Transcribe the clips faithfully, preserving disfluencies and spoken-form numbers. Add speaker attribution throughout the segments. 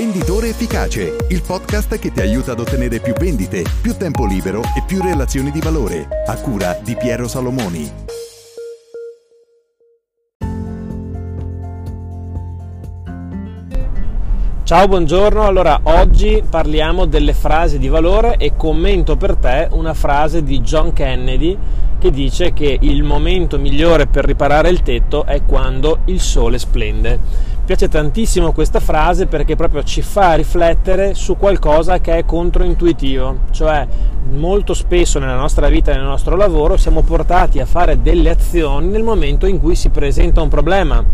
Speaker 1: Venditore Efficace, il podcast che ti aiuta ad ottenere più vendite, più tempo libero e più relazioni di valore, a cura di Piero Salomoni.
Speaker 2: Ciao, buongiorno. Allora, oggi parliamo delle frasi di valore e commento per te una frase di John Kennedy che dice che il momento migliore per riparare il tetto è quando il sole splende. Mi piace tantissimo questa frase perché proprio ci fa riflettere su qualcosa che è controintuitivo, cioè molto spesso nella nostra vita e nel nostro lavoro siamo portati a fare delle azioni nel momento in cui si presenta un problema.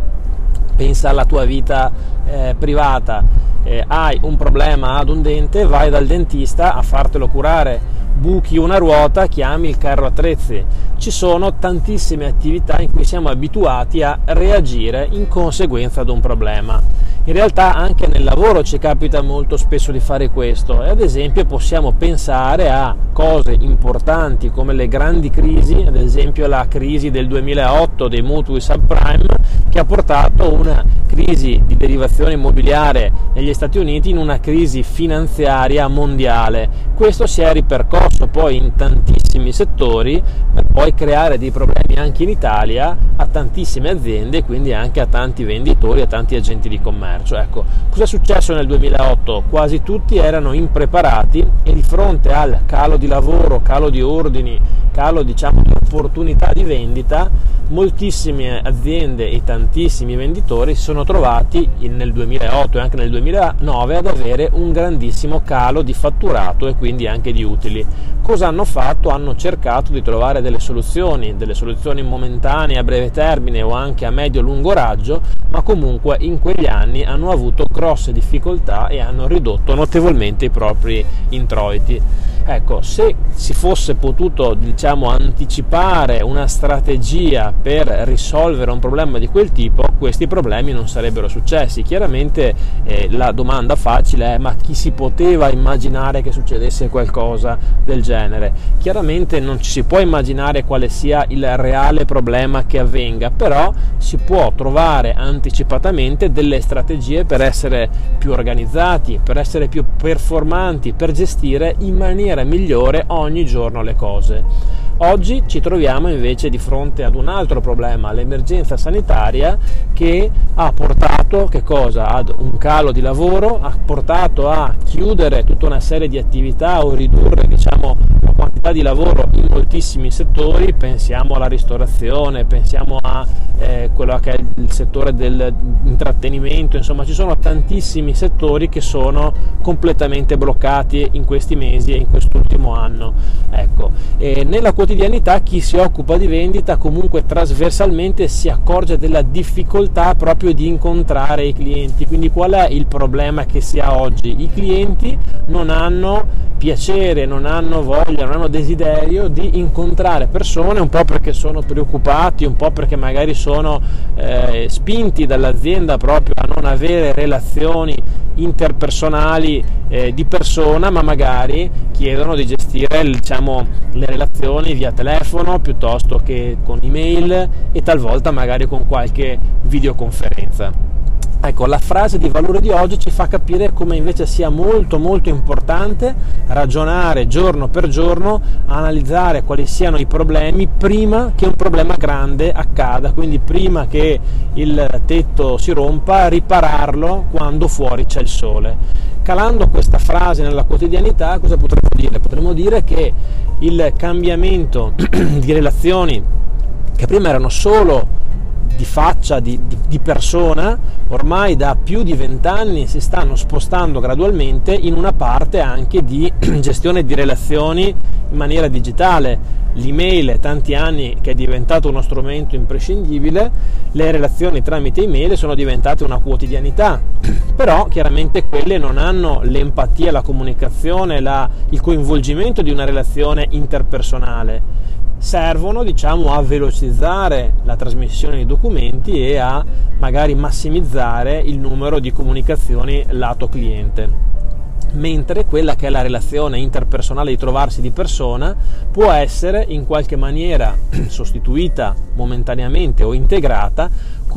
Speaker 2: Pensa alla tua vita eh, privata, eh, hai un problema ad un dente, vai dal dentista a fartelo curare, buchi una ruota, chiami il carro attrezzi. Ci sono tantissime attività in cui siamo abituati a reagire in conseguenza ad un problema. In realtà anche nel lavoro ci capita molto spesso di fare questo e ad esempio possiamo pensare a cose importanti come le grandi crisi, ad esempio la crisi del duemilaotto dei mutui subprime che ha portato una crisi di derivazione immobiliare negli Stati Uniti in una crisi finanziaria mondiale. Questo si è ripercosso poi in tantissimi settori per poi creare dei problemi anche in Italia a tantissime aziende e quindi anche a tanti venditori, a tanti agenti di commercio. Ecco, cosa è successo nel duemilaotto? Quasi tutti erano impreparati e di fronte al calo di lavoro, calo di ordini, calo diciamo di opportunità di vendita, moltissime aziende e tantissimi venditori si sono trovati nel duemilaotto e anche nel duemilanove ad avere un grandissimo calo di fatturato e quindi anche di utili. Cosa hanno fatto? Hanno cercato di trovare delle soluzioni, delle soluzioni momentanee a breve termine o anche a medio-lungo raggio, ma comunque in quegli anni hanno avuto grosse difficoltà e hanno ridotto notevolmente i propri introiti. Ecco, se si fosse potuto diciamo anticipare una strategia per risolvere un problema di quel tipo, questi problemi non sarebbero successi. Chiaramente eh, la domanda facile è: ma chi si poteva immaginare che succedesse qualcosa del genere? Chiaramente non ci si può immaginare quale sia il reale problema che avvenga, però si può trovare anticipatamente delle strategie per essere più organizzati, per essere più performanti, per gestire in maniera migliore ogni giorno le cose. Oggi ci troviamo invece di fronte ad un altro problema, l'emergenza sanitaria, che ha portato che cosa? Ad un calo di lavoro, ha portato a chiudere tutta una serie di attività o ridurre diciamo la quantità di lavoro in moltissimi settori. Pensiamo alla ristorazione, pensiamo a eh, quello che è il settore dell'intrattenimento, insomma ci sono tantissimi settori che sono completamente bloccati in questi mesi e in quest'ultimo anno. Ecco, e nella quotidianità chi si occupa di vendita comunque trasversalmente si accorge della difficoltà proprio di incontrare i clienti. Quindi qual è il problema che si ha oggi? I clienti non hanno piacere, non hanno voglia, non hanno desiderio di incontrare persone, un po' perché sono preoccupati, un po' perché magari sono eh, spinti dall'azienda proprio a non avere relazioni interpersonali eh, di persona, ma magari chiedono di gestire diciamo, le relazioni via telefono piuttosto che con email e talvolta magari con qualche videoconferenza. Ecco, la frase di valore di oggi ci fa capire come invece sia molto molto importante ragionare giorno per giorno, analizzare quali siano i problemi prima che un problema grande accada, quindi prima che il tetto si rompa, ripararlo quando fuori c'è il sole. Calando questa frase nella quotidianità, cosa potremmo dire? Potremmo dire che il cambiamento di relazioni che prima erano solo di faccia, di, di, di persona, ormai da più di vent'anni si stanno spostando gradualmente in una parte anche di gestione di relazioni in maniera digitale. L'email è tanti anni che è diventato uno strumento imprescindibile, le relazioni tramite email sono diventate una quotidianità, però chiaramente quelle non hanno l'empatia, la comunicazione, la, il coinvolgimento di una relazione interpersonale. Servono diciamo a velocizzare la trasmissione di documenti e a magari massimizzare il numero di comunicazioni lato cliente. mentre quella che è la relazione interpersonale di trovarsi di persona può essere in qualche maniera sostituita momentaneamente o integrata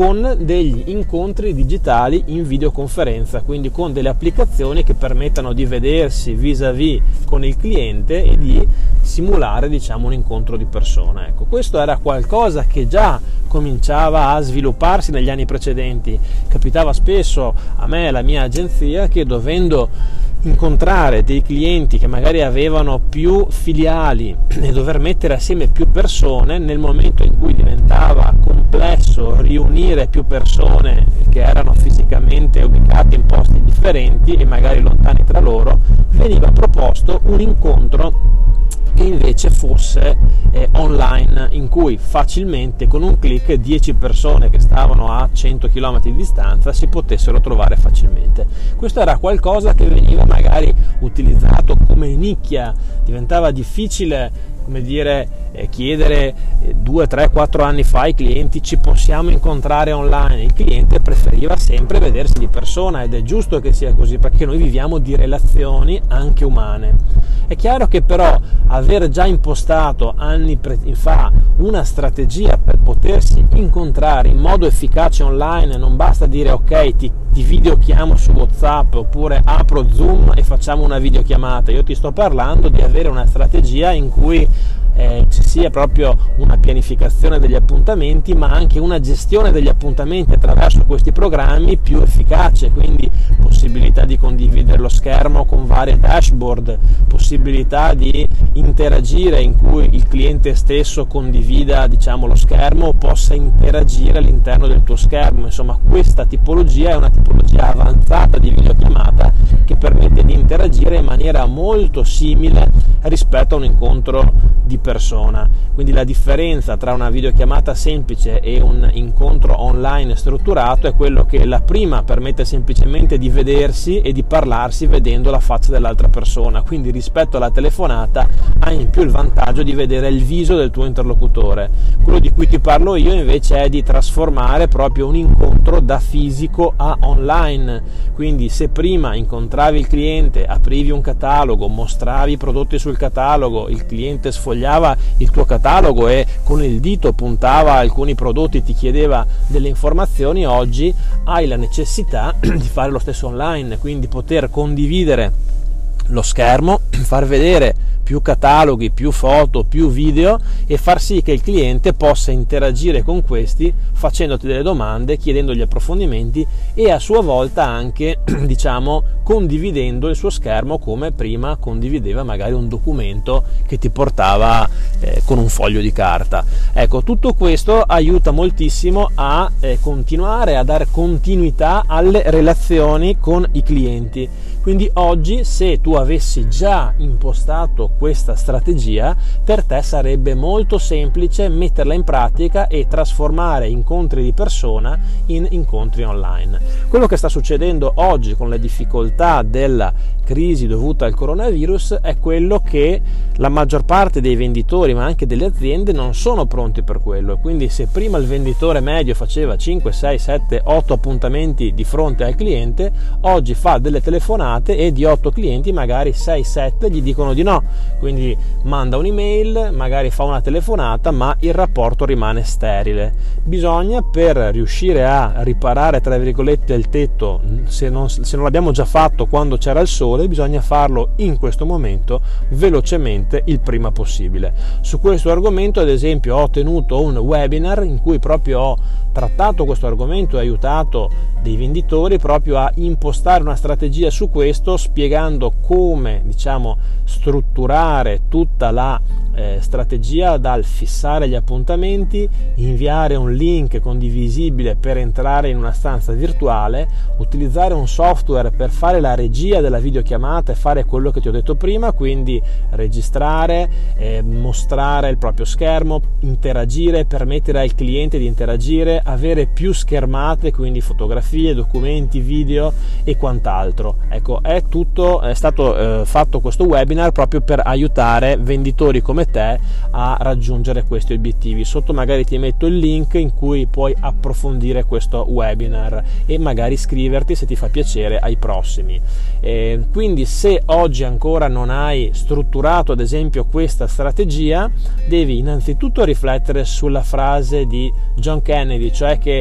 Speaker 2: con degli incontri digitali in videoconferenza, quindi con delle applicazioni che permettano di vedersi vis-à-vis con il cliente e di simulare, diciamo, un incontro di persona. Ecco, questo era qualcosa che già cominciava a svilupparsi negli anni precedenti. Capitava spesso a me e alla mia agenzia che, dovendo incontrare dei clienti che magari avevano più filiali e dover mettere assieme più persone, nel momento in cui diventava complesso riunire più persone che erano fisicamente ubicate in posti differenti e magari lontani tra loro, veniva proposto un incontro che invece fosse eh, online, in cui facilmente con un click dieci persone che stavano a cento chilometri di distanza si potessero trovare facilmente. Questo era qualcosa che veniva magari utilizzato come nicchia, diventava difficile, come dire, eh, chiedere eh, due, tre, quattro anni fa ai clienti: ci possiamo incontrare online? Il cliente preferiva sempre vedersi di persona, ed è giusto che sia così, perché noi viviamo di relazioni anche umane. È chiaro che però aver già impostato anni fa una strategia per potersi incontrare in modo efficace online, non basta dire ok, ti, ti videochiamo su WhatsApp oppure apro Zoom e facciamo una videochiamata. Io ti sto parlando di avere una strategia in cui Eh, ci sia proprio una pianificazione degli appuntamenti, ma anche una gestione degli appuntamenti attraverso questi programmi più efficace, quindi possibilità di condividere lo schermo con varie dashboard, possibilità di interagire in cui il cliente stesso condivida, diciamo, lo schermo o possa interagire all'interno del tuo schermo. Insomma, questa tipologia è una tipologia avanzata di videochiamata che permette di interagire in maniera molto simile rispetto a un incontro di persona. Quindi la differenza tra una videochiamata semplice e un incontro online strutturato è quello che la prima permette semplicemente di vedersi e di parlarsi vedendo la faccia dell'altra persona, quindi rispetto alla telefonata hai in più il vantaggio di vedere il viso del tuo interlocutore. Quello di cui ti parlo io invece è di trasformare proprio un incontro da fisico a online, quindi se prima incontravi il cliente, aprivi un catalogo, mostravi i prodotti sul catalogo, il cliente sfogliava il tuo catalogo e con il dito puntava alcuni prodotti, ti chiedeva delle informazioni, oggi hai la necessità di fare lo stesso online, quindi poter condividere lo schermo, far vedere più cataloghi, più foto, più video e far sì che il cliente possa interagire con questi facendoti delle domande, chiedendogli approfondimenti e a sua volta anche, diciamo, condividendo il suo schermo come prima condivideva magari un documento che ti portava eh, con un foglio di carta. Ecco, tutto questo aiuta moltissimo a eh, continuare a dare continuità alle relazioni con i clienti. Quindi oggi, se tu avessi già impostato questa strategia, per te sarebbe molto semplice metterla in pratica e trasformare incontri di persona in incontri online. Quello che sta succedendo oggi con le difficoltà della crisi dovuta al coronavirus è quello che la maggior parte dei venditori, ma anche delle aziende, non sono pronti per quello. Quindi se prima il venditore medio faceva cinque, sei, sette, otto appuntamenti di fronte al cliente, oggi fa delle telefonate e di otto clienti magari sei sette gli dicono di no, quindi manda un'email, magari fa una telefonata, ma il rapporto rimane sterile. Bisogna, per riuscire a riparare tra virgolette il tetto, se non, se non l'abbiamo già fatto quando c'era il sole, bisogna farlo in questo momento velocemente, il prima possibile. Su questo argomento, ad esempio, ho tenuto un webinar in cui proprio ho trattato questo argomento e aiutato dei venditori proprio a impostare una strategia su questo, spiegando come, diciamo, strutturare tutta la eh, strategia, dal fissare gli appuntamenti, inviare un link condivisibile per entrare in una stanza virtuale, utilizzare un software per fare la regia della videochiamata e fare quello che ti ho detto prima, quindi registrare, eh, mostrare il proprio schermo, interagire, permettere al cliente di interagire, avere più schermate, quindi fotografie, documenti, video e quant'altro. Ecco, è tutto, è stato eh, fatto questo webinar proprio per aiutare venditori come te a raggiungere questi obiettivi. Sotto magari ti metto il link in cui puoi approfondire questo webinar e magari iscriverti, se ti fa piacere, ai prossimi. Eh, quindi se oggi ancora non hai strutturato ad esempio questa strategia, devi innanzitutto riflettere sulla frase di John Kennedy, cioè che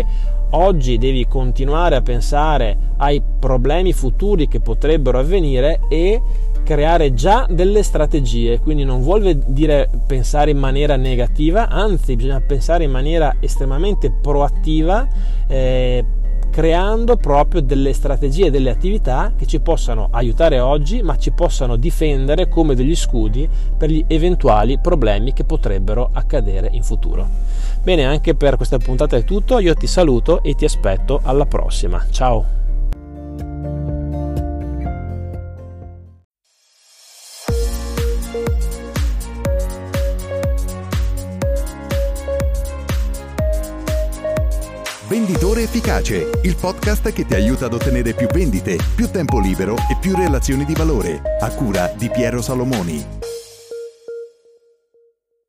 Speaker 2: oggi devi continuare a pensare ai problemi futuri che potrebbero avvenire e creare già delle strategie. Quindi non vuol dire pensare in maniera negativa, anzi bisogna pensare in maniera estremamente proattiva, eh, creando proprio delle strategie, delle attività che ci possano aiutare oggi, ma ci possano difendere come degli scudi per gli eventuali problemi che potrebbero accadere in futuro. Bene, anche per questa puntata è tutto, io ti saluto e ti aspetto alla prossima. Ciao!
Speaker 1: Venditore Efficace, il podcast che ti aiuta ad ottenere più vendite, più tempo libero e più relazioni di valore, a cura di Piero Salomoni.